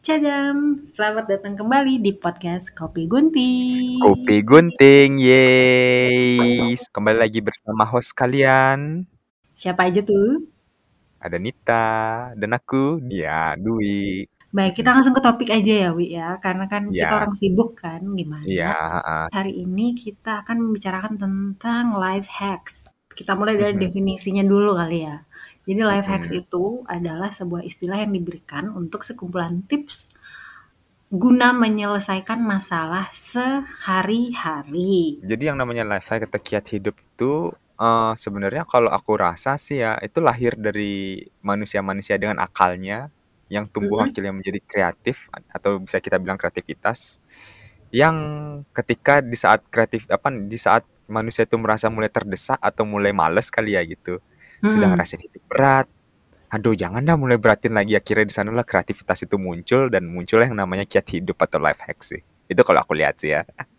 Cadam, selamat datang kembali di podcast Kopi Gunting. Kopi Gunting, yeay. Kembali lagi bersama host kalian. Siapa aja tuh? Ada Nita dan aku, dia Dwi. Baik, kita langsung ke topik aja ya, Wi ya. Karena kan kita Ya, orang sibuk kan, iya, gimana? heeh. Hari ini kita akan membicarakan tentang life hacks. Kita mulai dari Mhm, definisinya dulu kali ya. Jadi life hacks mhm. itu adalah sebuah istilah yang diberikan untuk sekumpulan tips guna menyelesaikan masalah sehari-hari. Jadi yang namanya lifestyle atau kiat hidup itu sebenarnya kalau aku rasa sih ya itu lahir dari manusia-manusia dengan akalnya yang tumbuh Mhm. akhirnya menjadi kreatif atau bisa kita bilang kreativitas yang ketika di saat manusia itu merasa mulai terdesak atau mulai males kali ya gitu sudah Mhm. ngerasain hidup berat, aduh jangan dah mulai beratin lagi, akhirnya di sanalah kreativitas itu muncul dan muncullah yang namanya kiat hidup atau life hack sih, itu kalau aku lihat sih ya.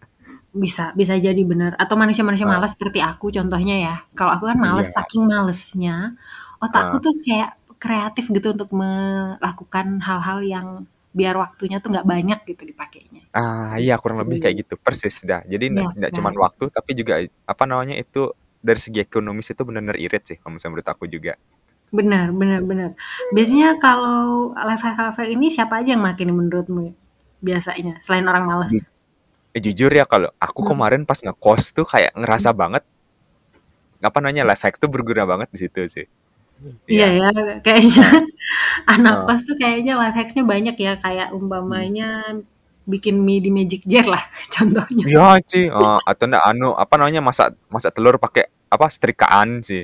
Bisa bisa jadi bener, atau manusia-manusia Heeh, malas seperti aku contohnya ya. Kalau aku kan males, iya, saking malesnya, otakku heeh. tuh kayak kreatif gitu untuk melakukan hal-hal yang biar waktunya tuh nggak banyak gitu dipakainya. Iya kurang lebih kayak Gitu. gitu, persis dah. Jadi Iya nggak cuman kan? waktu tapi juga, apa namanya itu, dari segi ekonomis itu benar-benar irit sih kalau misalnya menurut aku juga. Benar benar benar. Biasanya kalau life hack ini siapa aja yang makin menurutmu biasanya, selain orang malas? Ju Jujur ya kalau aku Mhm. kemarin pas ngekos tuh kayak ngerasa banget, apa namanya, life hack tuh berguna banget di situ sih. Iya Iya, ya, kayaknya heeh, anak heeh. kos tuh kayaknya life hacks-nya banyak ya, kayak Mhm. umpamanya bikin mie di magic jar lah contohnya. Iya sih, atau enggak anu, apa namanya, masak masak telur pakai, apa, setrikaan sih,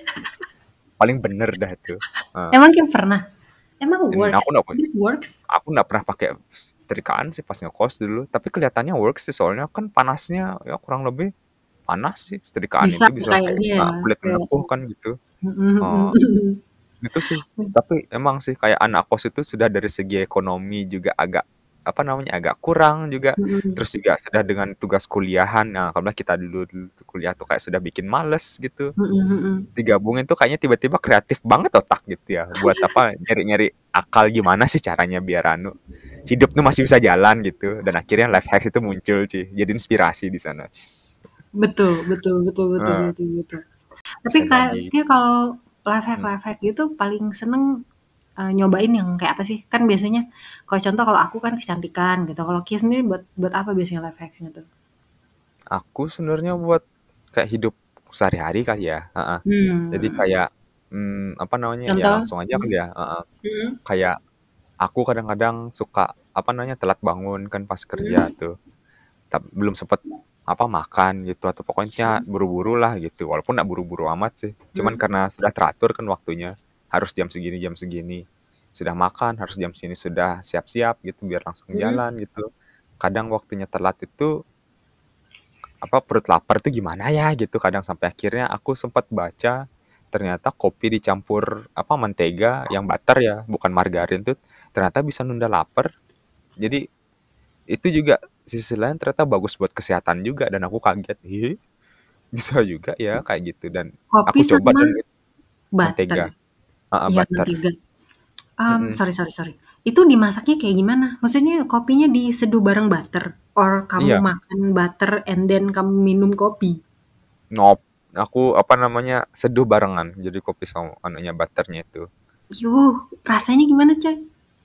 paling bener dah itu, heeh. Emang Kim pernah? Emang Aku works? nggak It works? Aku nggak pernah pakai setrikaan sih pas ngekos dulu, tapi kelihatannya works sih soalnya kan panasnya ya kurang lebih panas sih, setrikaan Bisa itu bisa sampai kayaknya kena ya, kulit kayak menepuh kan gitu, mhm eee, mhm. itu sih. Tapi emang sih kayak anak kos itu sudah dari segi ekonomi juga agak, apa namanya, agak kurang juga, Mhm, terus juga sudah dengan tugas kuliahan, nah karena kita dulu dulu tuh kuliah tuh kayak sudah bikin males gitu, mhm mhm. digabungin tuh kayaknya tiba-tiba kreatif banget otak gitu ya, buat apa, nyari-nyari akal gimana sih caranya biar anu, hidup tuh masih bisa jalan gitu, dan akhirnya life hack itu muncul sih, jadi inspirasi di sana. Betul betul betul betul Heeh, betul betul. Tapi bisa jadi. kayaknya kalau Mhm. life hack gitu paling seneng, nyobain yang kayak apa sih? Kan biasanya kalau contoh kalau aku kan kecantikan gitu, kalau Kia sendiri buat buat apa biasanya life hacks-nya tuh? Aku sebenarnya buat kayak hidup sehari-hari kali ya, heeh. Jadi Mmm, kayak, apa namanya, ya contoh? langsung aja Mhm kali ya, heeh. mhm Kayak aku kadang-kadang suka, apa namanya, telat bangun kan pas kerja mhm tuh. Belum sempet apa makan gitu atau pokoknya buru-buru lah gitu walaupun nggak buru-buru amat sih cuman mhm karena sudah teratur kan waktunya harus jam segini sudah makan harus jam segini sudah siap-siap gitu biar langsung mhm. jalan gitu kadang waktunya telat itu apa perut lapar tuh gimana ya gitu kadang sampai akhirnya aku sempat baca ternyata kopi dicampur apa mentega yang butter ya bukan margarin tuh ternyata bisa nunda lapar jadi itu juga sisi lain ternyata bagus buat kesehatan juga dan aku kaget, "Ih, bisa juga ya," kayak gitu dan Kopi aku coba sama dan butter? mentega, heeh, Iya, butter, mentega. mhm, Sorry sorry sorry. Itu dimasaknya kayak gimana? Maksudnya kopinya diseduh bareng butter? Or kamu iya, makan butter and then kamu minum kopi? nop aku apa namanya, seduh barengan jadi kopi sama anunya butter-nya itu, Yuh, rasanya gimana coy?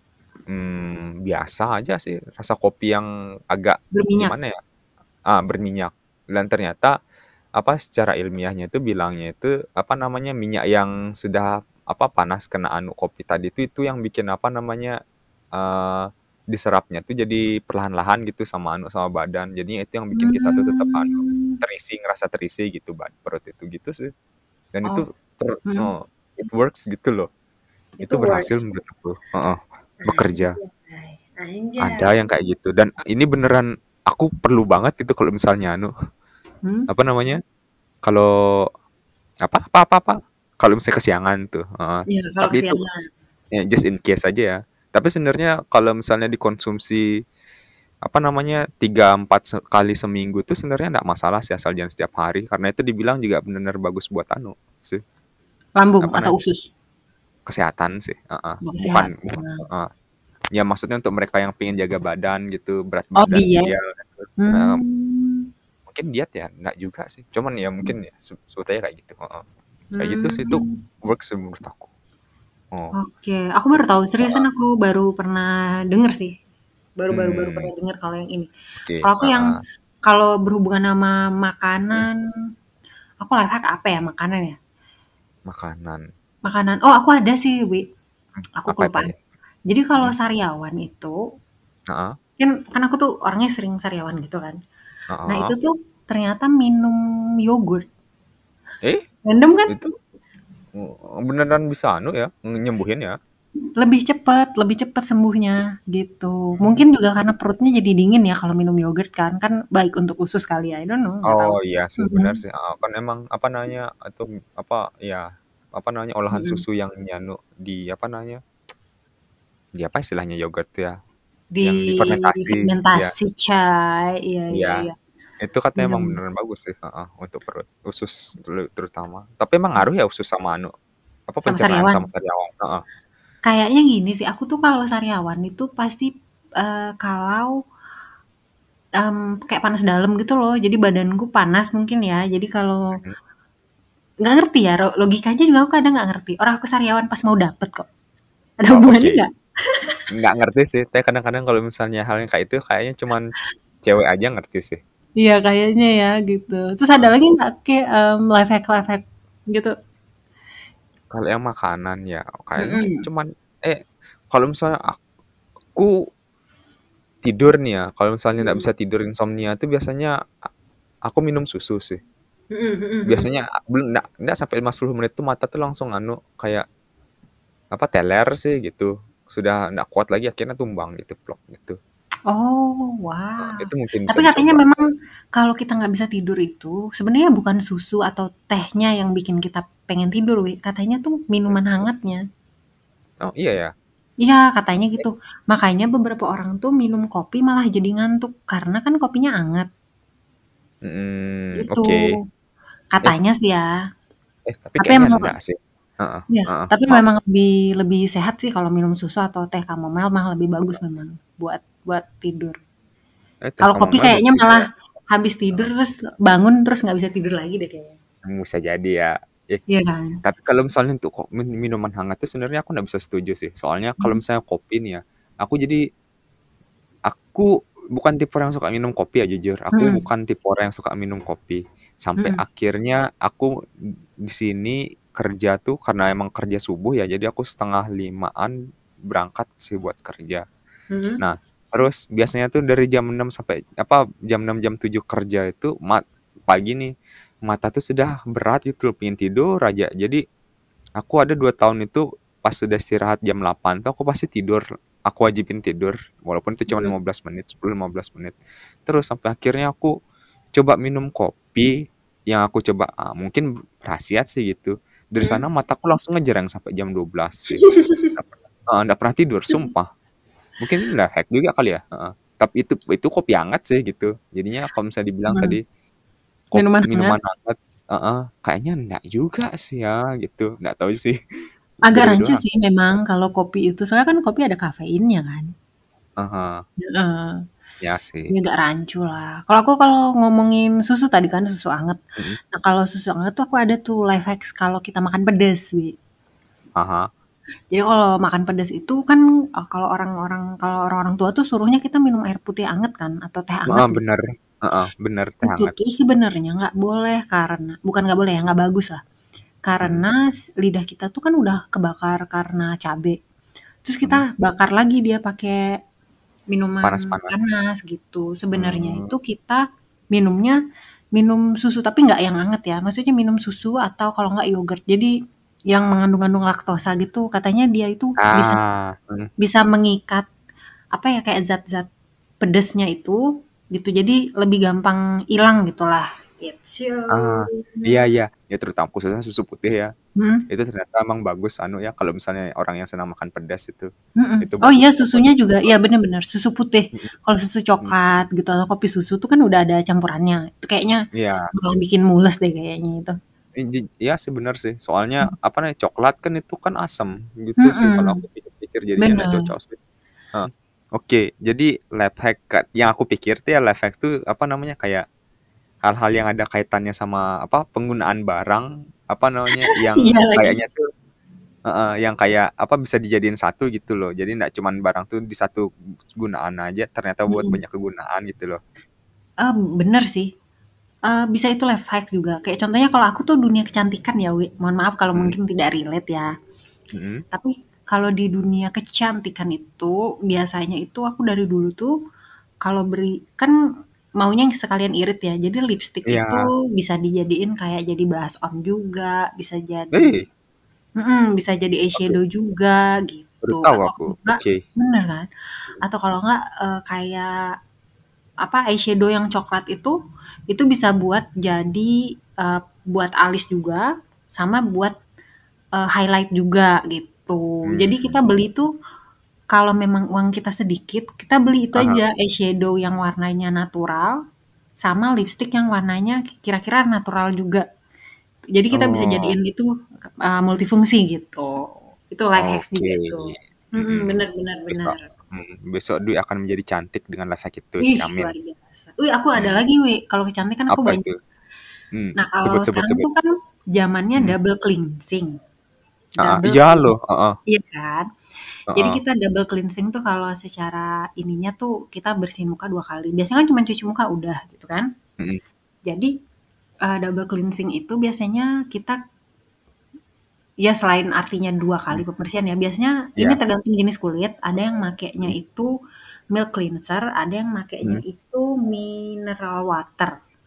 biasa aja sih rasa kopi yang agak Berminyak? gimana ya, berminyak dan ternyata apa, secara ilmiahnya itu bilangnya itu apa namanya, minyak yang sudah apa, panas kena anu kopi tadi itu yang bikin apa namanya, eee, diserapnya tuh jadi perlahan-lahan gitu sama anu, sama badan. Jadinya itu yang bikin kita tuh tetap anu, Mmm, terisi, ngerasa terisi gitu perut itu, gitu sih. Dan itu oh, mhm, it works gitu loh. itu Itu berhasil works. menurut aku, heeh, bekerja. Anjay Ada anjay. yang kayak gitu dan ini beneran aku perlu banget itu kalau misalnya anu, Mmm, apa namanya, kalau apa? Kalau misalnya kesiangan tuh, heeh. iya kalau Tapi itu kesiangan. ya just in case aja ya. Tapi sebenarnya kalau misalnya dikonsumsi, apa namanya, 3 4 kali seminggu tuh sebenarnya nggak masalah sih asal jangan setiap hari, karena itu dibilang juga bener-bener bagus buat anu sih, Lambung apa atau namanya, usus? kesehatan sih, heeh. Buat Bukan kesehatan. heeh, Ya maksudnya untuk mereka yang pengen jaga badan gitu, berat Oh, badan diet. ideal gitu. Hmm. Mungkin diet ya? Enggak juga sih. Cuman ya mungkin ya sebetulnya kayak gitu. Heeh. Kayak gitu sih itu Hmm. works sih menurut aku. Oh. Oke, aku baru tahu. Seriusan Heeh. aku baru pernah denger sih. Baru Hmm. pernah denger kalau yang ini. Oke. Kalau aku yang Heeh. kalau berhubungan sama Hmm. makanan, aku life hack apa ya makanan ya? Makanan. Makanan. Oh, aku ada sih, Wi. Aku Apa itu kelupaan. ya? Jadi kalau Hmm. sariawan itu, Heeh. kan aku tuh orangnya sering sariawan gitu kan. Nah, itu Heeh. tuh ternyata minum yogurt. Eh, Random kan? itu beneran bisa anu ya, nyembuhin ya? Lebih cepet sembuhnya gitu. Hmm. Mungkin juga karena perutnya jadi dingin ya kalau minum yogurt kan. Kan baik untuk usus kali ya. I don't know, nggak tahu. Oh iya sih, Mhm. benar sih. Heeh, kan emang apa namanya itu apa ya apa namanya olahan Mhm. susu yang nyanu di apa namanya? Di apa istilahnya yogurt tuh ya? Yang difermentasi ya. Difermentasi chai. Iya, Iya. iya, iya. Itu katanya Bener, emang bener. beneran bagus sih, heeh, untuk perut, usus terutama. Tapi emang ngaruh ya usus sama anu, apa Sama pencernaan sariawan. sama sariawan? Heeh. Kayaknya gini sih, aku tuh kalau sariawan itu pasti kalau kayak panas dalam gitu loh. Jadi badanku panas mungkin ya. Jadi kalau Mhm. nggak ngerti ya, logikanya juga aku kadang nggak ngerti. Orang aku sariawan pas mau dapet kok. Ada Oh, hubungannya oke. nggak? Nggak ngerti sih, tapi kadang-kadang kalau misalnya hal yang kayak itu kayaknya cuman cewek aja ngerti sih. Iya kayaknya ya gitu. Terus ada Heeh. lagi nggak kayak life hack gitu? Kalau yang makanan ya kayaknya Mhm. cuman kalau misalnya aku tidur nih ya, kalau misalnya nggak Mhm. bisa tidur insomnia tuh biasanya aku minum susu sih. Mhm, mhm, mhm. Biasanya belum nggak sampai 50 menit tuh mata tuh langsung anu kayak apa teler sih gitu. Sudah nggak kuat lagi akhirnya tumbang gitu plok gitu. Oh, Nah, wow. itu mungkin bisa Tapi katanya dicoba. memang kalau kita nggak bisa tidur itu sebenarnya bukan susu atau tehnya yang bikin kita pengen tidur, Wi. Katanya tuh minuman hangatnya. Oh iya ya. Iya, katanya gitu. Makanya beberapa orang tuh minum kopi malah jadi ngantuk karena kan kopinya anget. Gitu. Oke. Eh Katanya sih ya. tapi Tapi kayaknya emang enggak sih. Heeh, iya, heeh. tapi Soal memang lebih lebih sehat sih kalau minum susu atau teh chamomile mah lebih bagus memang buat buat tidur. teh Kalau kopi chamomile bagus kayaknya juga malah ya. habis tidur Heeh. terus bangun terus nggak bisa tidur lagi deh kayaknya. Bisa jadi ya. Eh, Iya kan? tapi kalau misalnya untuk minuman hangat tuh sebenarnya aku nggak bisa setuju sih. Soalnya kalau Mmm, misalnya kopi nih ya, aku jadi aku bukan tipe orang yang suka minum kopi ya jujur. Aku mhm, bukan tipe orang yang suka minum kopi. Sampai mhm, akhirnya aku di sini kerja tuh karena emang kerja subuh ya, jadi aku 4:30-an berangkat sih buat kerja. mhm, Nah, terus biasanya tuh dari jam 6 sampai apa jam 6 jam 7 kerja itu pagi nih mata tuh sudah berat gitu loh, pengen tidur aja. Jadi aku ada 2 tahun itu pas sudah istirahat jam 8 tuh aku pasti tidur. Aku wajibin tidur walaupun itu cuma mhm, 15 menit, 10-15 menit. Terus sampai akhirnya aku coba minum kopi yang aku coba mungkin berkhasiat sih gitu. Dari mhm. sana mataku langsung ngejreng sampai jam 12 sih. Nggak pernah tidur, sumpah. Mungkin ini life hack juga kali ya, heeh. Tapi itu kopi hangat sih gitu. Jadinya kalau misalnya dibilang Mhm, tadi minuman hangat. minuman hangat heeh, kayaknya enggak juga sih ya gitu, nggak tahu sih. Agak rancu Beda-beda orang. sih memang kalau kopi itu, soalnya kan kopi ada kafeinnya kan. Heeh, Heeh, iya jadi sih. agak rancu lah. Kalau ngomongin susu tadi kan susu anget. Mhm, Nah kalau susu anget tuh aku ada tuh life hacks kalau kita makan pedes, Wi. ah Jadi kalau makan pedas itu kan, kalau orang-orang tua tuh suruhnya kita minum air putih anget kan atau teh anget gitu. bener, heeh, bener teh Itu hangat. tuh sebenarnya nggak boleh karena bukan nggak boleh ya, nggak bagus lah. Mhm, Karena lidah kita tuh kan udah kebakar karena cabe. Terus kita mhm, bakar lagi dia pakai minuman panas-panas. panas gitu. Sebenarnya Mmm, itu kita minumnya minum susu tapi nggak yang anget ya. Maksudnya minum susu atau kalau nggak yogurt. Jadi yang mengandung laktosa gitu katanya dia itu bisa mhm, bisa mengikat apa ya kayak zat-zat pedesnya itu gitu. Jadi lebih gampang hilang gitulah. Gitu. ah, iya iya, ya terutama khususnya susu putih ya, Mhm, itu ternyata emang bagus anu ya kalau misalnya orang yang senang makan pedas mhm. itu Oh bagus iya ya buat susunya juga, iya bener-bener susu putih. mhm, Kalau susu mhm, coklat gitu atau kopi susu tuh kan udah ada campurannya. Itu kayaknya iya. bakal bikin mules deh kayaknya itu. Iya sih bener sih, soalnya Mhm, apa namanya, coklat kan itu kan asam gitu sih kalau mhm, aku pikir-pikir jadinya nggak bener. cocok sih. Oke, jadi life hack yang aku pikir tuh ya life hack tuh apa namanya kayak hal-hal yang ada kaitannya sama apa penggunaan barang apa namanya Iya yang lagi. kayaknya tuh yang kayak apa bisa dijadiin satu gitu loh. Jadi nggak cuman barang tuh di satu gunaan aja, ternyata buat Mhm. banyak kegunaan gitu loh. Bener sih. Bisa itu life hack juga. Kayak contohnya kalau aku tuh dunia kecantikan ya, Wi. Mohon maaf kalau Mm, mungkin tidak relate ya. mm, Tapi kalau di dunia kecantikan itu biasanya itu aku dari dulu tuh kalau beri kan maunya sekalian irit ya. Jadi lipstick itu iya, bisa dijadiin kayak jadi blush on juga, eh, bisa jadi oke, eyeshadow juga baru gitu. tahu Atau aku. kalau enggak, Oke. bener kan? Atau kalau enggak kayak apa eyeshadow yang coklat itu bisa buat jadi buat alis juga sama buat highlight juga gitu. Jadi kita Hmm, beli tuh kalau memang uang kita sedikit, kita beli itu aha. aja eyeshadow yang warnanya natural sama lipstick yang warnanya kira-kira natural juga. Jadi kita bisa Oh, jadiin itu multifungsi gitu. Itu life hacks oke. juga itu. Mm-mm. Bener bener Besok, bener. besok Dwi akan menjadi cantik dengan life hack itu. Ih, Amin. luar biasa. Wih, aku ada Hmm. lagi, Wi. Kalau kecantikan aku Apa banyak. itu? Hmm. Nah, kalau Sebut, sebut, sekarang sebut. tuh kan zamannya Hmm. double cleansing. Double Iya clean loh. iya kan? Jadi Heeh. kita double cleansing tuh kalau secara ininya tuh kita bersihin muka 2 kali. Biasanya kan cuma cuci muka udah gitu kan. Mm-mm. Jadi, double cleansing itu biasanya kita ya selain artinya 2 kali Hmm. pembersihan ya, biasanya ini Iya. tergantung jenis kulit, ada yang makainya Hmm. itu milk cleanser, ada yang makainya Hmm. itu mineral water.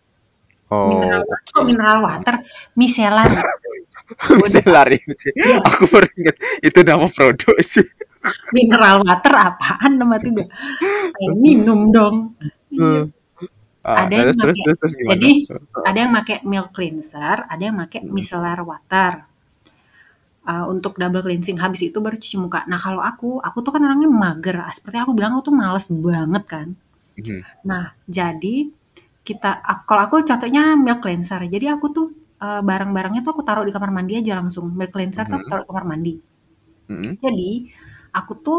Oh, Kok oke. mineral water? Micellar. Bisa Udah, lari sih. iya, Aku baru ingat itu nama produk sih. mineral water apaan nama itu udah kayak minum dong. Iya. Hmm. Ada yang Terus terus pakai terus terus jadi gimana? ada yang pakai milk cleanser, ada yang pakai Mm-mm. micellar water, untuk double cleansing, habis itu baru cuci muka. Nah, kalau aku tuh kan orangnya mager, seperti aku bilang aku tuh males banget kan. Mhm. Nah, jadi kalau aku cocoknya milk cleanser. Jadi aku tuh, barang-barangnya tuh aku taruh di kamar mandi aja langsung, milk cleanser tuh aku Mhm. taruh di kamar mandi. Mhm. Jadi, aku tuh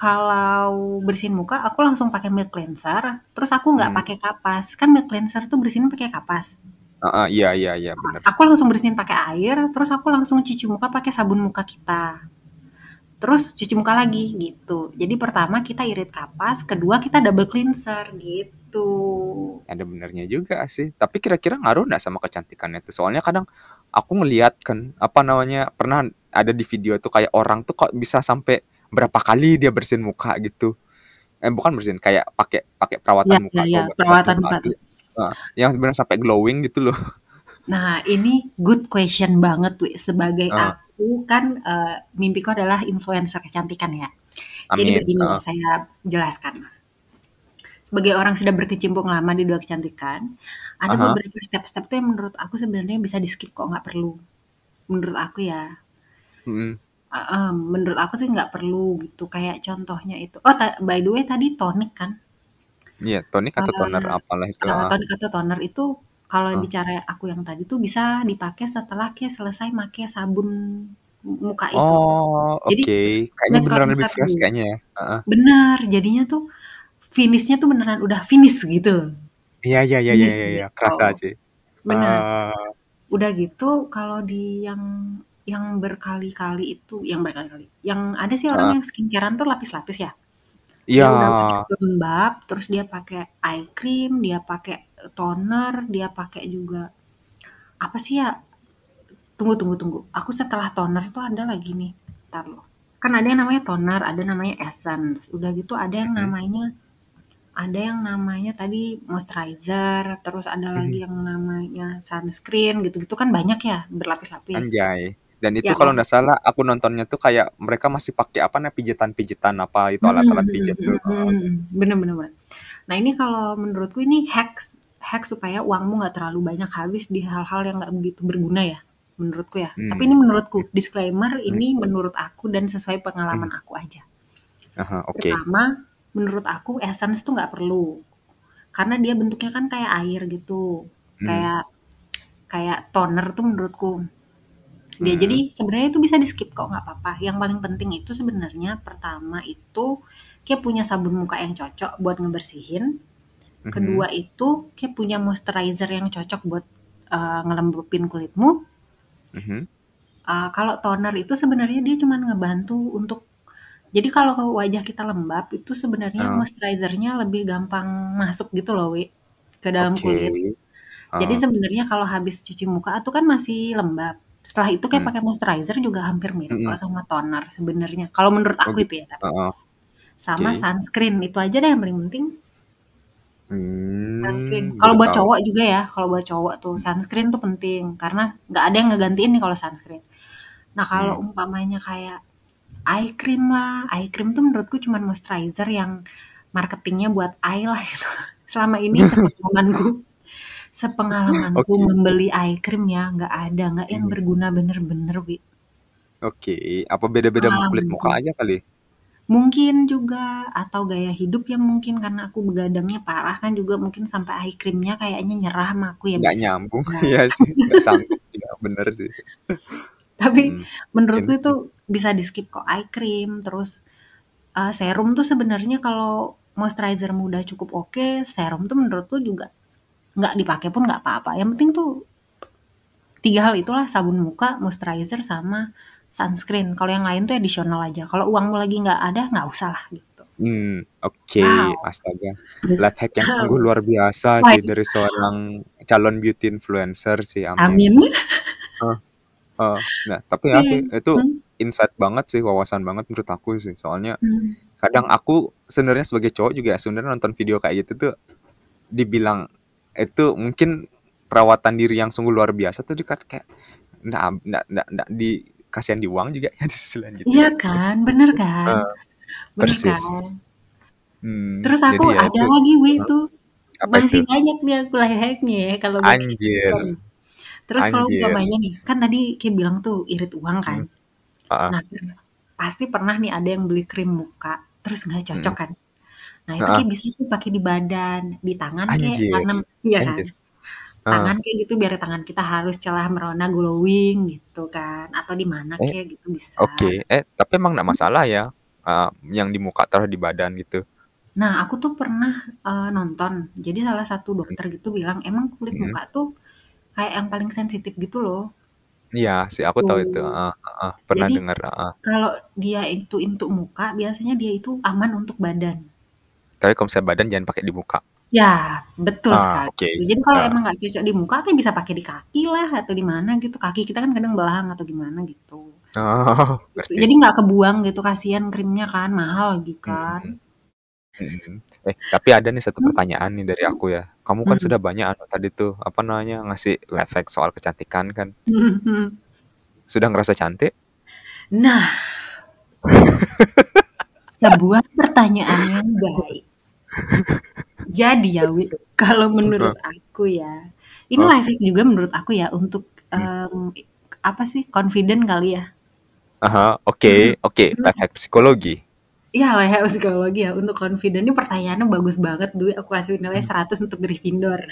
kalau bersihin muka, aku langsung pakai milk cleanser, terus aku nggak Mhm. pakai kapas. Kan milk cleanser tuh bersihin pakai kapas. Iya iya iya bener. Aku langsung bersihin pakai air, terus aku langsung cuci muka pakai sabun muka kita. Terus cuci muka lagi gitu. Jadi pertama kita irit kapas, kedua kita double cleanser gitu. Ada benernya juga sih. Tapi kira-kira ngaruh nggak sama kecantikannya tuh? Soalnya kadang aku ngeliat kan, apa namanya, pernah ada di video tuh kayak orang tuh kok bisa sampai berapa kali dia bersihin muka gitu. Bukan bersihin, kayak pakai pakai Iya perawatan iya muka iya, atau obat perawatan muka muka tuh. tuh. Yang benar sampai glowing gitu loh. Nah, ini good question banget, Wi. Sebagai Heeh, aku kan mimpiku adalah influencer kecantikan ya. Jadi amin. begini ya, Heeh. saya jelaskan. Sebagai orang sudah berkecimpung lama di dunia kecantikan, ada Aha. beberapa step-step tuh yang menurut aku sebenarnya bisa di skip kok nggak perlu. Menurut aku ya. Mhm. Menurut aku sih nggak perlu gitu, kayak contohnya itu oh by the way tadi tonik kan, Iya, tonik atau toner apalah itu. Heeh. tonik atau toner itu kalau Heeh. bicara aku yang tadi tuh bisa dipakai setelah selesai make sabun muka itu. Oh, Jadi oke. Kayaknya milk beneran lebih cleanser fresh dulu. kayaknya ya. Heeh. Bener, jadinya tuh finish-nya tuh beneran udah finish gitu loh, Iya iya iya iya finish iya iya, gitu. kerasa sih. Bener. Eee, Udah gitu kalau di yang berkali-kali itu yang berkali-kali, yang ada sih orang heeh. yang skincare-an tuh lapis-lapis ya. Dia Iya. udah pakai pelembab, terus dia pakai eye cream, dia pakai toner, dia pakai juga apa sih ya? Tunggu tunggu tunggu. Aku setelah toner tuh ada lagi nih. Entar loh. Kan ada yang namanya toner, ada namanya essence. Udah gitu Mhm. ada yang namanya tadi moisturizer, terus ada lagi Mhm. yang namanya sunscreen gitu-gitu kan banyak ya, berlapis-lapis. Anjay. Dan itu Ya kalau kan? nggak salah aku nontonnya tuh kayak mereka masih pakai apa namanya, pijetan-pijetan apa itu Mhm alat-alat mhm pijat tuh, mhm mhm. Bener bener bener. Nah ini kalau menurutku ini hacks hacks supaya uangmu nggak terlalu banyak habis di hal-hal yang nggak begitu berguna ya, menurutku ya. Tapi ini Mmm, menurutku, disclaimer mhm ini menurut aku dan sesuai pengalaman mhm. aku aja. Oke. Pertama, menurut aku essence tuh nggak perlu, karena dia bentuknya kan kayak air gitu, Mmm, kayak kayak toner tuh menurutku. Dia jadi mhm. sebenarnya itu bisa di skip kok nggak apa-apa. Yang paling penting itu sebenarnya pertama itu kayak punya sabun muka yang cocok buat ngebersihin. Mhm. Kedua itu kayak punya moisturizer yang cocok buat ngelembupin kulitmu. Mhm. Kalau toner itu sebenarnya dia cuma ngebantu untuk, jadi kalau wajah kita lembab itu sebenarnya Heeh. moisturizernya lebih gampang masuk gitu loh, Wi, ke dalam Oke. kulit. Jadi Heeh. sebenarnya kalau habis cuci muka itu kan masih lembab. Setelah itu kayak Mmm. pakai moisturizer juga hampir mirip Mhm. kok sama toner sebenarnya. Kalau menurut Oh aku gitu. itu ya tapi. Heeh. Oke. Sama sunscreen itu aja deh yang paling penting. Sunscreen. Kalau Baru buat tahu. cowok juga ya, kalau buat cowok tuh sunscreen tuh penting karena nggak ada yang ngegantiin nih kalau sunscreen. Nah kalau Mmm. umpamanya kayak eye cream lah, eye cream tuh menurutku cuman moisturizer yang marketingnya buat eye lah gitu. Selama ini sepengalamanku Oke. membeli eye cream ya nggak yang Mhm. berguna bener-bener, Wi. Oke. Apa beda-beda kulit Pengalamanku. muka aja kali? Mungkin juga atau gaya hidup yang mungkin karena aku begadangnya parah kan juga mungkin sampai eye cream-nya kayaknya nyerah sama aku ya Nggak bisa nyambung. juga. Iya sih, nggak sanggup. Iya, bener sih. Tapi Mhm. Mungkin. menurutku itu bisa di-skip kok eye cream, terus serum tuh sebenarnya kalau moisturizer udah cukup oke, serum tuh menurutku juga nggak dipakai pun nggak apa-apa. Yang penting tuh 3 hal itulah sabun muka, moisturizer, sama sunscreen. Kalau yang lain tuh additional aja. Kalau uangmu lagi nggak ada, nggak usah lah gitu. Oke. Wow. Astaga. Life hack yang sungguh luar biasa Wah, sih dari seorang calon beauty influencer sih, amin. amin. Heeh, heeh. Nah, tapi ya sih, Oke. itu Hmm. insight banget sih, wawasan banget menurut aku sih. Soalnya Hmm. kadang aku sebenarnya sebagai cowok juga sebenarnya nonton video kayak gitu tuh dibilang itu mungkin perawatan diri yang sungguh luar biasa tuh kayak nggak di kasihan di uang juga ya di sisi lain gitu Iya ya. kan, bener kan? Heeh, Bener persis. kan? Terus aku Jadi ya ada itu lagi Wi heeh, tuh, apa itu? masih banyak nih aku life hack-nya ya kalau buat Anjir, kecantikan. Terus kalau anjir. umpamanya nih, kan tadi kayak bilang tuh irit uang kan. Mhm, heeh, Nah, pasti pernah nih ada yang beli krim muka, terus nggak cocok mhm, kan. Nah, itu heeh. kayak bisa tuh pakai di badan, di tangan kayak Anjir, tanam, iya kan? anjir. Heeh. Tangan kayak gitu biar tangan kita harus cerah merona glowing gitu kan, atau di mana Eh, kayak gitu bisa. oke. Tapi emang nggak masalah ya, yang di muka taruh di badan gitu? Nah, aku tuh pernah nonton, jadi salah satu dokter gitu bilang emang kulit Mhm. muka tuh kayak yang paling sensitif gitu loh. Iya sih, aku tahu itu, Tuh. heeh, heeh, pernah Jadi dengar, heeh. kalau dia itu untuk muka, biasanya dia itu aman untuk badan. Tapi kalau misalnya badan jangan pakai di muka. Ya, betul sekali. Oke. Jadi kalau Heeh. emang nggak cocok di muka, kan bisa pakai di kaki lah atau di mana gitu. Kaki kita kan kadang belang atau gimana gitu. Oh, Gitu. ngerti. Jadi nggak kebuang gitu, kasihan krimnya kan, mahal lagi kan. Mhm, mhm. Tapi ada nih satu Hmm. pertanyaan nih dari aku ya. Kamu kan Hmm. sudah banyak tadi tuh, apa namanya, ngasih life hack soal kecantikan kan. Sudah ngerasa cantik? Nah, sebuah pertanyaan yang baik. Jadi ya, Wi, kalau menurut Heeh, aku ya, ini heeh, life hack juga menurut aku ya untuk mhm. apa sih confident kali ya. Oke, oke, life hack psikologi. Iya, life hack psikologi ya untuk confident ini pertanyaannya bagus banget, Dwi. Aku kasih nilai Mmm. 100 untuk Gryffindor.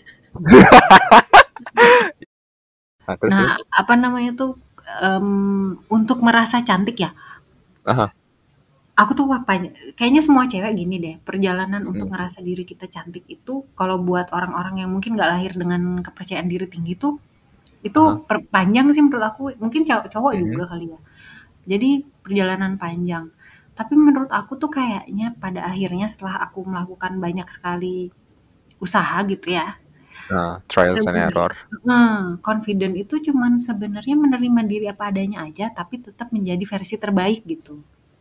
Nah, terus Nah, terus? apa namanya tuh untuk merasa cantik ya. Ah. Aku tuh kayaknya semua cewek gini deh, perjalanan untuk Mhm, ngerasa diri kita cantik itu kalau buat orang-orang yang mungkin nggak lahir dengan kepercayaan diri tinggi tuh itu ah. panjang sih menurut aku, mungkin cowok Mhm, juga kali ya. Jadi perjalanan panjang. Tapi menurut aku tuh kayaknya pada akhirnya setelah aku melakukan banyak sekali usaha gitu ya, trials and sebenarnya error. confident itu cuman sebenarnya menerima diri apa adanya aja, tapi tetap menjadi versi terbaik gitu.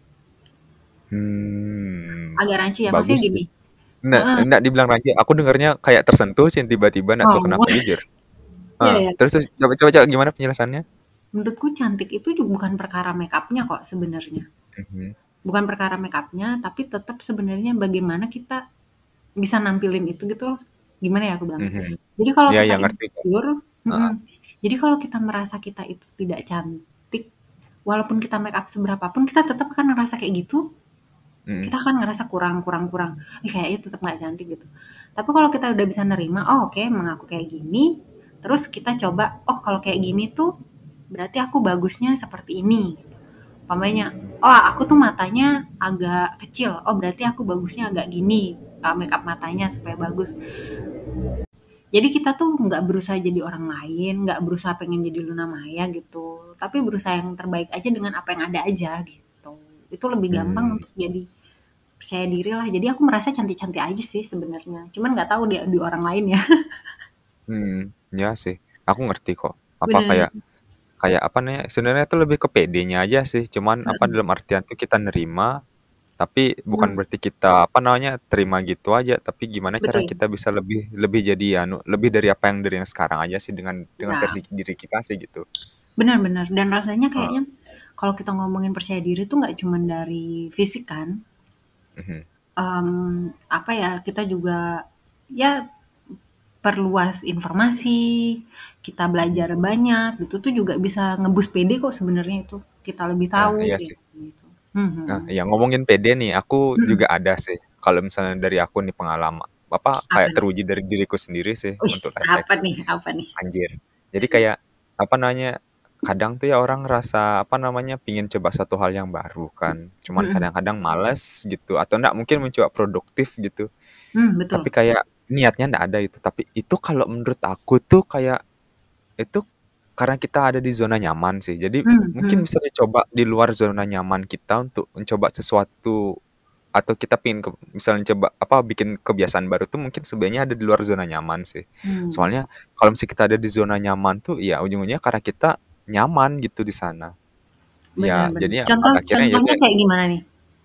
Agak rancu ya, maksudnya Bagus gini, sih. Nggak heeh, nggak dibilang aja, aku dengernya kayak tersentuh sih tiba-tiba nggak tahu oh, kenapa jujur. iya ya. Terus terus coba coba coba gimana penjelasannya? Menurutku cantik itu bukan perkara make up-nya kok sebenarnya. Mhm, Bukan perkara make up-nya, tapi tetap sebenarnya bagaimana kita bisa nampilin itu gitu loh. Gimana ya aku bilangnya? mhm. Jadi kalau Iya kita iya ngerti kok. insecure, Heeh, jadi kalau kita merasa kita itu tidak cantik, walaupun kita make up seberapa pun, kita tetap akan ngerasa kayak gitu. mhm. Kita akan ngerasa kurang kurang kurang. Kayaknya tetap nggak cantik gitu. Tapi kalau kita udah bisa nerima, oh oke, emang aku kayak gini, terus kita coba, oh kalau kayak gini tuh berarti aku bagusnya seperti ini. Umpamanya oh aku tuh matanya agak kecil, oh berarti aku bagusnya agak gini, makeup matanya supaya bagus. Jadi kita tuh nggak berusaha jadi orang lain, nggak berusaha pengen jadi Luna Maya gitu, tapi berusaha yang terbaik aja dengan apa yang ada aja gitu. Itu lebih gampang Hmm, untuk jadi percaya diri lah. Jadi aku merasa cantik-cantik aja sih sebenarnya. Cuman nggak tahu di orang lain ya. ya sih. Aku ngerti kok. Apa Bener. kayak kayak apa nih? Sebenarnya tuh lebih ke pedenya aja sih. Cuman apa dalam artian tuh kita nerima, tapi bukan Hmm, berarti kita apa namanya terima gitu aja. Tapi gimana cara betul. kita bisa lebih lebih jadi anu lebih dari yang sekarang aja sih dengan Ya, versi diri kita sih gitu. benar-benar. Dan rasanya Heeh. kayaknya kalau kita ngomongin percaya diri tuh nggak cuman dari fisik kan. Mhm. Apa ya, kita juga ya perluas informasi, kita belajar banyak gitu tuh juga bisa nge-boost PD kok sebenarnya itu. Kita lebih Nah, tahu iya kayak sih. gitu. Mhm. Nah, ya ngomongin pede nih, aku Mhm. juga ada sih. Kalau misalnya dari aku nih pengalaman, apa Apa kayak nih? teruji dari diriku sendiri sih Wis, untuk life hack. apa nih apa nih? Anjir. Jadi kayak apa namanya? Kadang tuh ya orang ngerasa apa namanya pingin coba satu hal yang baru kan. Cuman Mhm. kadang-kadang males gitu atau enggak mungkin mencoba produktif gitu. Tapi Betul. kayak niatnya enggak ada itu. Tapi itu kalau menurut aku tuh kayak itu karena kita ada di zona nyaman sih. Jadi mungkin Mhm. bisa dicoba di luar zona nyaman kita untuk mencoba sesuatu atau kita pengen misalnya coba apa bikin kebiasaan baru tuh mungkin sebenarnya ada di luar zona nyaman sih. Mmm. Soalnya kalau misalnya kita ada di zona nyaman tuh ya ujung-ujungnya karena kita nyaman gitu di sana. Bener Ya bener. jadinya Contoh pada akhirnya ya contohnya udah kayak gimana nih?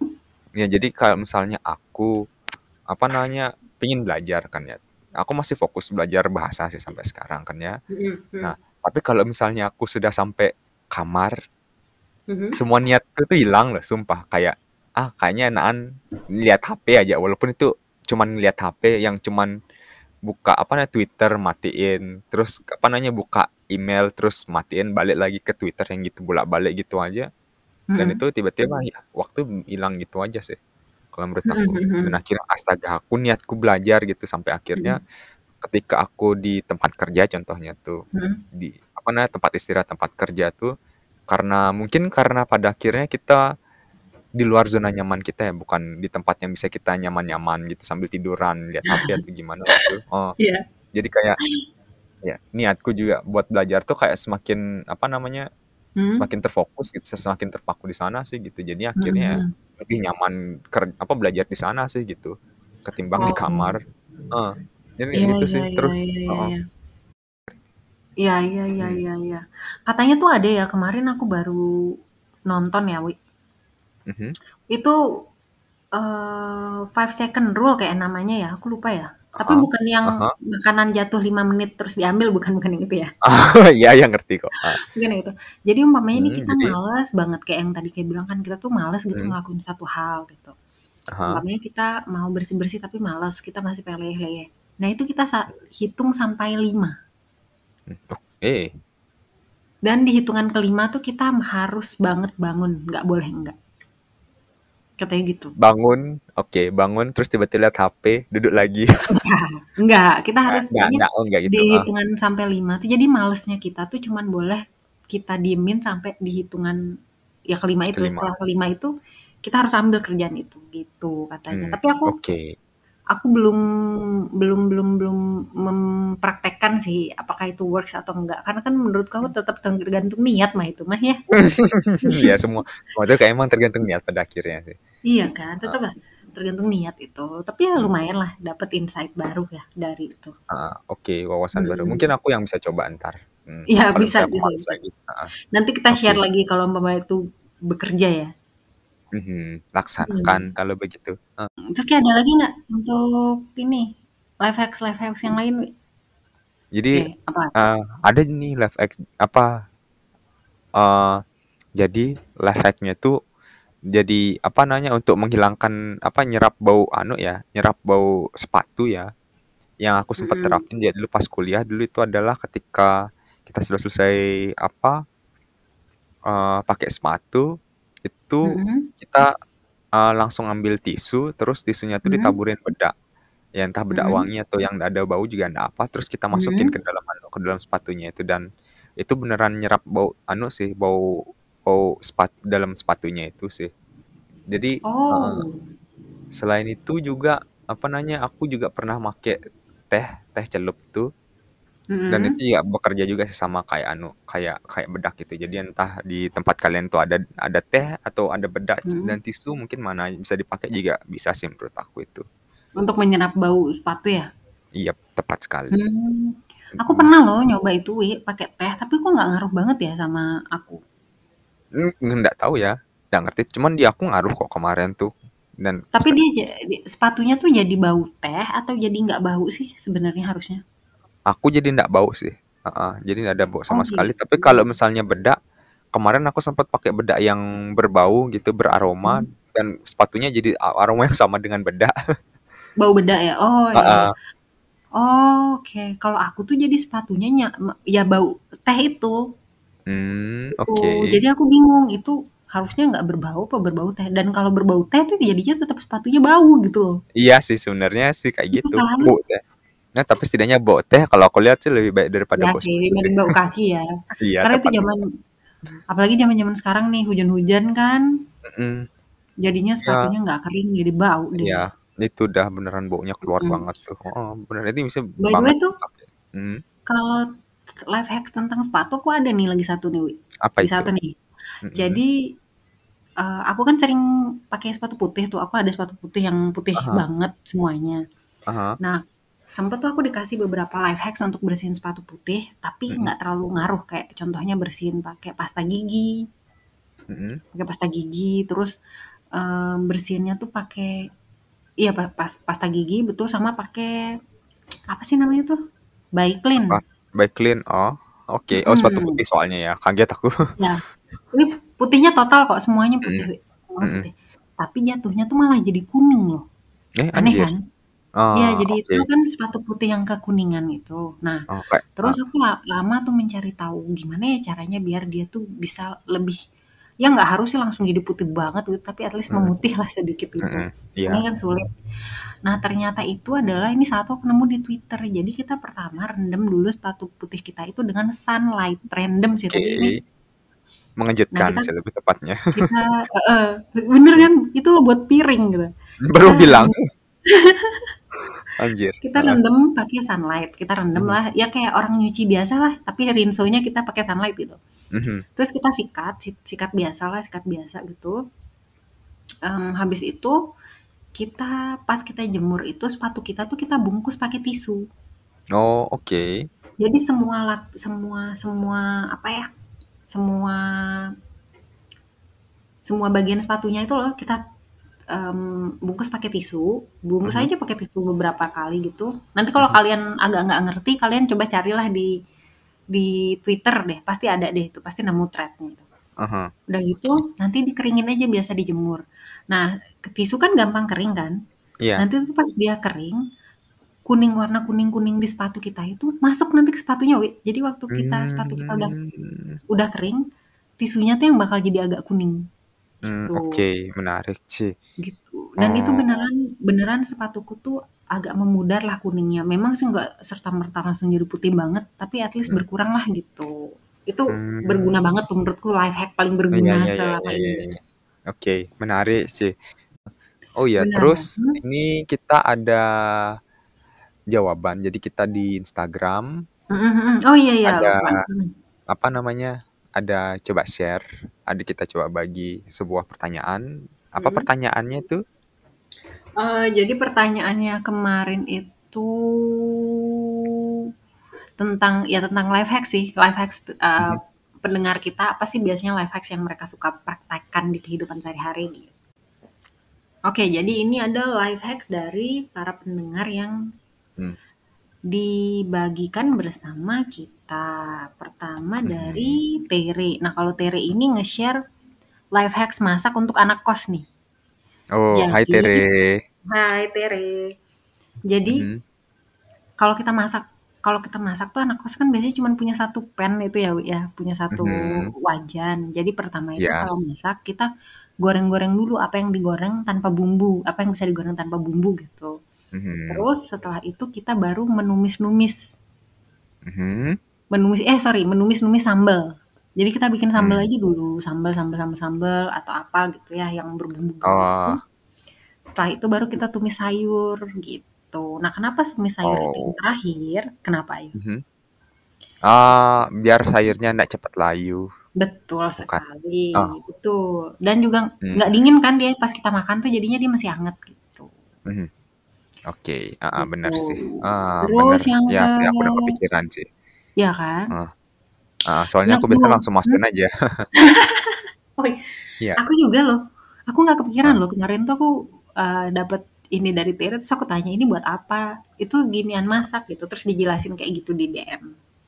ya jadi kalau misalnya aku apa namanya pengen belajar kan ya. Aku masih fokus belajar bahasa sih sampai sekarang kan ya. Mhm Nah, mhm. tapi kalau misalnya aku sudah sampai kamar, Mhm. semua niatku tuh hilang loh, sumpah. Kayak, ah kayaknya enakan lihat HP aja, walaupun itu cuman lihat HP yang cuman buka apa namanya Twitter matiin, terus apa namanya buka email terus matiin balik lagi ke Twitter yang gitu bolak-balik gitu aja. Dan Mhm. itu tiba-tiba ya waktu hilang gitu aja sih kalau menurut Mhm aku. mhm Dan mhm. akhirnya astaga aku niatku belajar gitu sampai akhirnya Mhm. ketika aku di tempat kerja contohnya tuh Mhm. di apa namanya tempat istirahat tempat kerja tuh karena mungkin karena pada akhirnya kita di luar zona nyaman kita ya bukan di tempat yang bisa kita nyaman-nyaman gitu sambil tiduran lihat HP atau gimana gitu. Oh, Iya. jadi kayak ya niatku juga buat belajar tuh kayak semakin apa namanya Mhm. semakin terfokus gitu semakin terpaku di sana sih gitu. Jadi Mhm akhirnya ya mhm. lebih nyaman apa belajar di sana sih gitu ketimbang di Oh. kamar. Heeh. Jadi kayak Iya gitu iya sih. iya Terus iya iya heeh. iya. Iya iya iya Hmm. iya iya. Katanya tuh ada ya, kemarin aku baru nonton ya, Wi. Mhm. Itu, 5 second rule kayak namanya ya, aku lupa ya. Tapi Heeh. bukan yang Heeh. makanan jatuh 5 menit terus diambil, bukan yang itu ya. Oh, iya iya ngerti kok. Heeh. Bukan yang itu. Jadi umpamanya nih kita Jadi males banget kayak yang tadi kayak bilang kan, kita tuh males gitu mhm. ngelakuin satu hal gitu. Aha. Umpamanya kita mau bersih-bersih tapi males, kita masih pengen leyeh-leyeh. Nah itu kita hitung sampai 5. Oke. Dan di hitungan kelima tuh kita harus banget bangun, nggak boleh enggak. Katanya gitu. Bangun, oke, bangun terus tiba-tiba lihat HP, duduk lagi. Enggak, kita harus pokoknya Enggak, oh enggak di gitu, hitungan sampai 5 tuh jadi malesnya kita tuh cuman boleh kita diemin sampai di hitungan ya kelima itu. kelima. Setelah kelima itu kita harus ambil kerjaan itu gitu katanya. Tapi Oke. aku belum belum belum belum mempraktekkan sih apakah itu works atau enggak. Karena kan menurutku aku tetap tergantung niat mah itu mah ya. Iya semua semua itu kayak emang tergantung niat pada akhirnya sih. Iya kan, tetap Heeh, lah tergantung niat itu. Tapi ya mmm, lumayan lah dapat insight baru ya dari itu. oke, wawasan baru. Mungkin Mhm. aku yang bisa coba entar, Iya kalau bisa misalnya aku bisa males bisa. lagi, heeh. Nanti kita Oke, share lagi kalau umpamanya itu bekerja ya. laksanakan Mhm. kalau begitu. Terus kayak ada lagi nggak untuk ini, life hacks yang lain, Wi? Jadi, Kayak apa? ada nih life hack apa, eee, jadi life hack-nya tuh jadi apa namanya, untuk menghilangkan apa, nyerap bau anu ya, nyerap bau sepatu ya. Yang aku sempat Mhm. terapin jadi dulu pas kuliah dulu itu adalah ketika kita sudah selesai apa, pakai sepatu, itu Mhm. kita, langsung ambil tisu, terus tisunya tuh Mhm. ditaburin bedak, ya entah bedak Mhm. wangi atau yang ada bau juga ndak apa, terus kita masukin Mhm. ke dalam anu, ke dalam sepatunya itu dan itu beneran nyerap bau anu sih, bau dalam sepatunya itu sih. Jadi Oh. selain itu juga apa namanya, aku juga pernah make teh teh celup tuh. Dan Mm-mm. itu ya bekerja juga sih sama kayak kayak kayak bedak gitu. Jadi entah di tempat kalian tuh ada teh atau ada bedak dan Mm. tisu, mungkin mana bisa dipakai juga bisa sih menurut aku itu. Untuk menyerap bau sepatu ya. Iya, tepat sekali. Hmm. Aku Mhm. pernah loh nyoba itu, Wi, pakai teh, tapi kok nggak ngaruh banget ya sama aku. Nggak tahu ya, nggak ngerti. Cuman di aku ngaruh kok kemarin tuh. Dan Tapi dia sepatunya tuh jadi bau teh atau jadi nggak bau sih sebenarnya harusnya? aku jadi nggak bau sih. Heeh, jadi nggak ada bau Oh sama sekali. Tapi gitu. kalau misalnya bedak, kemarin aku sempat pakai bedak yang berbau gitu, beraroma, Hmm. dan sepatunya jadi aroma yang sama dengan bedak. Bau bedak ya? Oh iya iya. Heeh. Oh, oke. Kalau aku tuh jadi sepatunya ya bau teh itu. Gitu. Oke. Jadi aku bingung itu harusnya nggak berbau apa berbau teh. Dan kalau berbau teh tuh jadinya tetap sepatunya bau gitu loh. Iya sih sebenarnya sih kayak Gitu gitu, kan? bau teh. Nah, tapi setidaknya bau teh kalau aku lihat sih lebih baik daripada Ya bau sih, sepatu sih. dibanding bau kaki ya. Iya, Karena itu tepat zaman, banget. apalagi zaman-zaman sekarang nih hujan-hujan kan, Mhm. jadinya Iya, sepatunya nggak kering jadi bau iya, deh. itu udah beneran baunya keluar Mhm. banget tuh. Heeh, bener itu bisa By the way banget tuh, dipakai. Mhm. kalau life hack tentang sepatu aku ada nih lagi satu nih, Wi. Apa Lagi itu? satu nih. Mhm. Jadi aku kan sering pakai sepatu putih tuh. Aku ada sepatu putih yang putih Aha, banget semuanya. aha. Nah, sempet tuh aku dikasih beberapa life hacks untuk bersihin sepatu putih, tapi Mhm, nggak terlalu ngaruh. Kayak contohnya bersihin pakai pasta gigi, mhm. terus bersihinnya tuh pakai, iya pasta gigi betul sama pakai apa sih namanya tuh? Baiklin. Apa? Bike clean? Oh, oke. Oh, sepatu Mhm. putih soalnya ya, kaget aku. Ya, ini putihnya total kok, semuanya putih, Mhm, Wi, semua mhm. putih. Tapi jatuhnya tuh malah jadi kuning loh, aneh Anjir. kan? Iya, Oh, jadi itu oke. kan sepatu putih yang kekuningan itu. Nah, Oh, kayak terus aku lama tuh mencari tahu gimana ya caranya biar dia tuh bisa lebih, ya nggak harus sih langsung jadi putih banget gitu, tapi at least mhm, memutih lah sedikit gitu. mhm. Ini Iya. kan sulit. Nah, ternyata itu adalah ini satu aku nemu di Twitter. Jadi kita pertama rendam dulu sepatu putih kita itu dengan sunlight, random sih Oke. tapi ini. Nah, Mengejutkan kita sih lebih tepatnya. kita heeh, bener kan? Itu loh buat piring gitu. Kita Baru bilang. rendam Anjir. Kita Heeh. rendam pakai sunlight, kita rendam Mhm, lah, ya kayak orang nyuci biasa lah, tapi rinsonya kita pakai sunlight gitu. mhm. Terus kita sikat, sikat biasa lah, sikat biasa gitu. Habis itu pas kita jemur itu sepatu kita tuh kita bungkus pakai tisu. Oh, oke. Jadi semua semua semua apa ya? Semua semua bagian sepatunya itu loh kita bungkus pakai tisu, bungkus Mhm, aja pakai tisu beberapa kali gitu. Nanti kalau mhm. kalian agak nggak ngerti, kalian coba carilah di Twitter deh, pasti ada deh itu, pasti nemu thread-nya itu. Aha. Udah gitu, Oke. nanti dikeringin aja biasa dijemur. Nah, tisu kan gampang kering kan. Iya. Nanti tuh pas dia kering, warna kuning-kuning di sepatu kita itu masuk nanti ke sepatunya, Wi. Jadi waktu sepatu kita udah Mmm, kering, tisunya tuh yang bakal jadi agak kuning gitu. oke, menarik sih. Gitu. Dan itu Oh, beneran beneran sepatuku tuh agak memudar lah kuningnya. Memang sih nggak serta-merta langsung jadi putih banget, tapi at least mhm. berkurang lah gitu. Itu berguna Mmm, banget tuh menurutku life hack paling iya, berguna iya, iya, selama iya, iya, ini. iya. Oke, menarik sih. Oh iya, Benar. terus ini kita ada jawaban. Jadi kita di Instagram Mhm mhm. Oh iya iya, ada lupa. Mhm. apa namanya, ada coba share, ada kita coba bagi sebuah pertanyaan. Apa Mhm. pertanyaannya itu? Jadi pertanyaannya kemarin itu tentang life hack sih, life hacks, Mhm, pendengar kita apa sih biasanya life hacks yang mereka suka praktekkan di kehidupan sehari-hari gitu. Oke, jadi ini ada life hacks dari para pendengar yang mmm, dibagikan bersama kita. Pertama dari mhm. Tere. Nah, kalau Tere ini nge-share life hacks masak untuk anak kos nih. Oh, hai Jadi, Tere. hai Tere. Jadi, Mhm, kalau kita masak kalau kita masak tuh anak kos kan biasanya cuma punya satu pan itu ya, Wi, ya, punya satu mhm. wajan. Jadi pertama itu Iya, kalau masak kita goreng-goreng dulu apa yang digoreng tanpa bumbu, apa yang bisa digoreng tanpa bumbu gitu. mhm, Terus setelah itu kita baru menumis-numis, mhm. menumis-numis sambal. Jadi kita bikin sambal Hmm. aja dulu, sambal sambal sambal sambal atau apa gitu ya yang berbumbu-bumbu itu. Oh, Setelah itu baru kita tumis sayur gitu. Nah, kenapa tumis sayur itu yang oh. terakhir? Kenapa ayu? Mhm. Biar sayurnya nggak cepet layu, Betul bukan? sekali, Oh, betul. Dan juga nggak hmm. dingin kan dia pas kita makan tuh jadinya dia masih hangat gitu. Mhm. Oke, bener Gitu. sih. Terus Bener. yang Ya sih, aku udah kepikiran sih. ya kan? Heeh, soalnya Yang aku biasanya kedua, langsung hmm? masukin aja. Oh, Iya, aku juga loh. Aku nggak kepikiran heeh. loh kemarin tuh aku dapet ini dari Tira terus aku tanya ini buat apa? Itu ginian masak gitu. Terus dijelasin kayak gitu di DM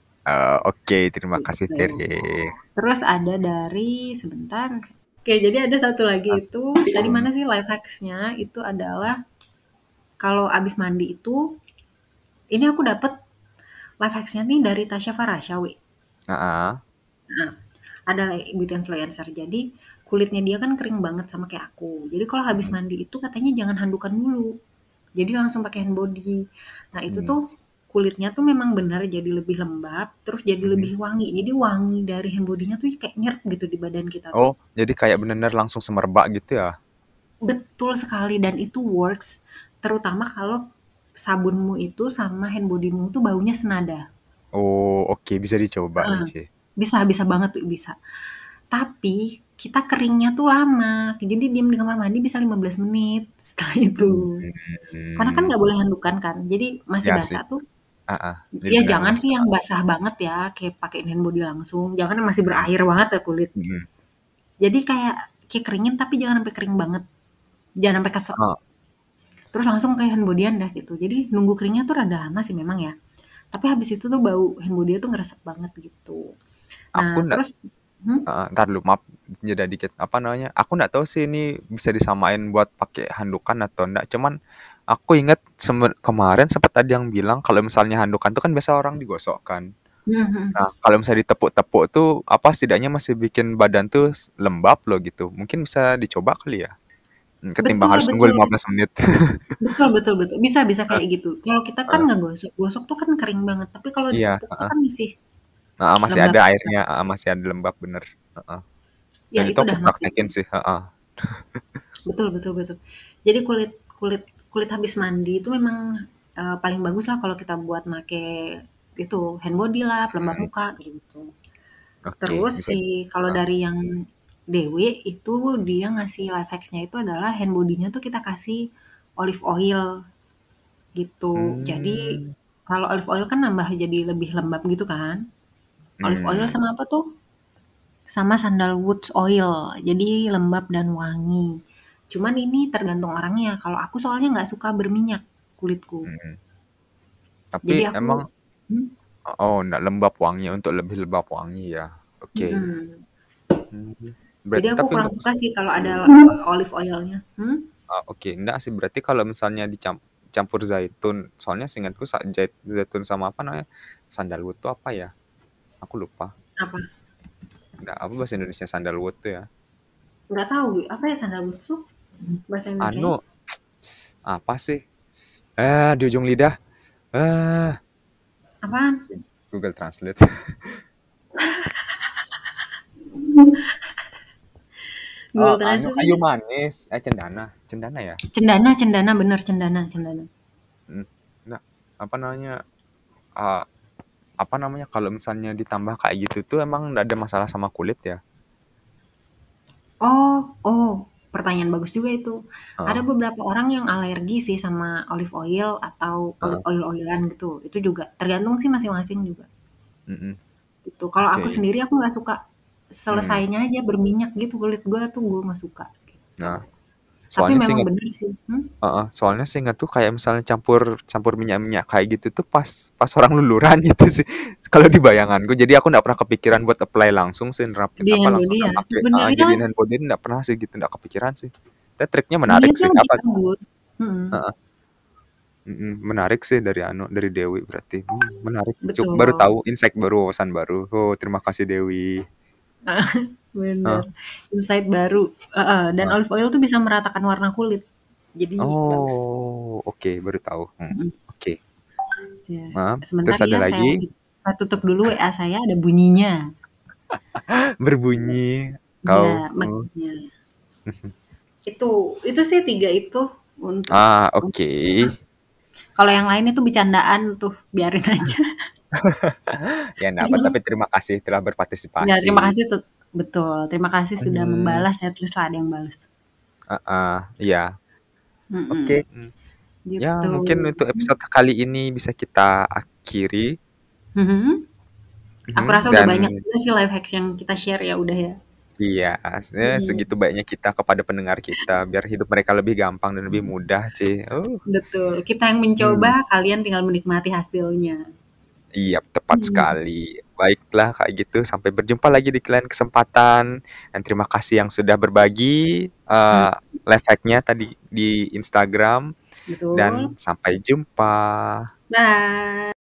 Oke, terima kasih gitu. Tere. Terus ada dari sebentar. Oke, jadi ada satu lagi Ah, itu tadi mana sih life hacks-nya itu adalah kalau abis mandi itu ini aku dapet life hacks-nya nih dari Tasya Farasya, we. heeh. Nah, ada beauty influencer. Jadi kulitnya dia kan kering banget sama kayak aku. Jadi kalau habis Mhm, mandi itu katanya jangan handukan dulu. Jadi langsung pakai hand body. Nah, itu mhm, tuh kulitnya tuh memang benar jadi lebih lembab, terus jadi mhm. lebih wangi. Jadi wangi dari hand body-nya tuh kayak nyerap gitu di badan kita tuh. Oh, jadi kayak bener-bener langsung semerbak gitu ya? Betul sekali dan itu works terutama kalau sabunmu itu sama hand bodymu tuh baunya senada. Oh, oke, bisa dicoba nih, Heeh. Ce. Bisa bisa banget tuh, bisa. Tapi kita keringnya tuh lama, jadi diam di kamar mandi bisa 15 menit setelah itu. Karena kan Hmm, nggak boleh handukan kan, jadi masih ya sih. basah tuh Jadi ya benar-benar jangan sih yang setelah. basah banget ya, kayak pakein hand body langsung, jangan yang masih Mhm, berair banget ya kulit. mhm. Jadi kayak keringin tapi jangan sampai kering banget, jangan sampai keset. Oh, Terus langsung kayak hand bodyan dah gitu. Jadi nunggu keringnya tuh rada lama sih memang ya. Tapi habis itu tuh bau hand body tuh ngeresep banget gitu. aku Nah, nggak. terus hmm? Entar dulu, maaf, jeda dikit, apa namanya, aku nggak tahu sih ini bisa disamain buat pakai handukan atau enggak, cuman aku inget kemarin sempat ada yang bilang kalau misalnya handukan tuh kan biasa orang digosok kan. Hmm, hmm. Nah, kalau misalnya ditepuk-tepuk tuh, apa, setidaknya masih bikin badan tuh lembab loh gitu. Mungkin bisa dicoba kali ya? Ketimbang Betul harus nunggu betul. 15 menit. Betul betul betul. Bisa bisa Heeh, kayak gitu. Kalau kita kan heeh. nggak gosok, gosok tuh kan kering banget, tapi kalau Iya, ditepuk tuh heeh. kan masih Heeh, masih lembab ada juga. airnya, heeh, masih ada lembab, bener. Heeh. Ya Dan itu itu aku dah praktekin maksudnya. sih, heeh. Betul betul betul. Jadi kulit kulit kulit habis mandi itu memang paling bagus lah kalau kita buat make itu hand body lah, pelembab Mhm. muka kayak gitu. Oke, Terus bisa si di kalau heeh. dari yang Dewi itu dia ngasih life hacks-nya itu adalah hand body-nya tuh kita kasih olive oil gitu. Jadi Mmm, kalau olive oil kan nambah jadi lebih lembab gitu kan. Olive oil mmm. sama apa tuh? Sama sandalwood oil. Jadi lembab dan wangi. Cuman ini tergantung orangnya. Kalau aku soalnya nggak suka berminyak kulitku. Mhm. Jadi Tapi aku emang hmm, oh, nggak lembab wangi, untuk lebih lembab wangi ya? Oke. mm-mm. Mmm, Jadi aku tapi kurang untuk suka sih kalau ada olive oilnya. Hmm? oke, enggak sih, berarti kalau misalnya campur zaitun, soalnya seingatku zaitun sama apa namanya, sandalwood tuh apa ya? Aku lupa. Apa? Nggak, apa bahasa Indonesia sandalwood tuh ya? Nggak tahu. Apa ya sandalwood tuh? Bahasa Indonesianya? Anu, apa sih? Di ujung lidah. Eh, Apaan? Google Translate. Google Kayu Translate. manis, cendana, cendana ya? Cendana, cendana bener cendana, cendana. Mhm. Nggak, apa namanya, eee, apa namanya, kalau misalnya ditambah kayak gitu tuh emang nggak ada masalah sama kulit ya? Oh, oh, pertanyaan bagus juga itu. Ada Heeh, beberapa orang yang alergi sih sama olive oil atau heeh, oil-oilan gitu. Itu juga tergantung sih masing-masing juga. mhm, Gitu. Kalau aku oke, sendiri aku nggak suka mmm. selesainya aja berminyak gitu kulit gue tuh gue nggak suka gitu. Nah, Tapi soalnya memang seingat bener sih. Hmm? heeh, soalnya seingatku kayak misalnya campur campur minyak-minyak kayak gitu tuh pas pas orang luluran gitu sih, kalau di bayanganku. Jadi aku nggak pernah kepikiran buat apply langsung sih, nerapin Di apa, langsung handbody nggak ya. pakai, Sebenarnya, jadiin hand body nggak pernah sih gitu, nggak kepikiran sih. Tapi triknya menarik sebenarnya itu sih, lebih apa, bagus. Hmm, heeh, menarik sih dari dari Dewi berarti, menarik, baru betul. tahu, insight baru, wawasan baru. Oh, terima kasih Dewi. Bener. Heeh, Insight baru. Heeh, dan heeh. olive oil tuh bisa meratakan warna kulit. Jadi bagus. Oh, oke, baru tahu, Mhm. oke. Ya. Heeh, Sebentar terus ada ya, saya lagi? lanjut. Saya tutup dulu WA saya ada bunyinya. Berbunyi Iya, kau. makanya. Itu sih 3 itu untuk Ah, oke. kalau yang lain itu bercandaan tuh, biarin aja. Ya enggak apa, tapi terima kasih telah Ya terima berpartisipasi. kasih betul, terima kasih sudah Mhm, membalas, at least lah ada yang balas. heeh, iya. Oke, Mhm, ya gitu. mungkin untuk episode kali ini bisa kita akhiri, Mhm. Aku rasa udah dan banyak juga sih life hacks yang kita share ya, udah ya? iya, Mhm. segitu baiknya kita kepada pendengar kita, biar hidup mereka lebih gampang dan lebih mudah, Ci. Betul, kita yang mencoba, Hmm, kalian tinggal menikmati hasilnya. iya, tepat Mhm. sekali. Baiklah kayak gitu, sampai berjumpa lagi di lain kesempatan, dan terima kasih yang sudah berbagi, Mhm, life hack-nya tadi di Instagram, dan betul. sampai jumpa. Bye.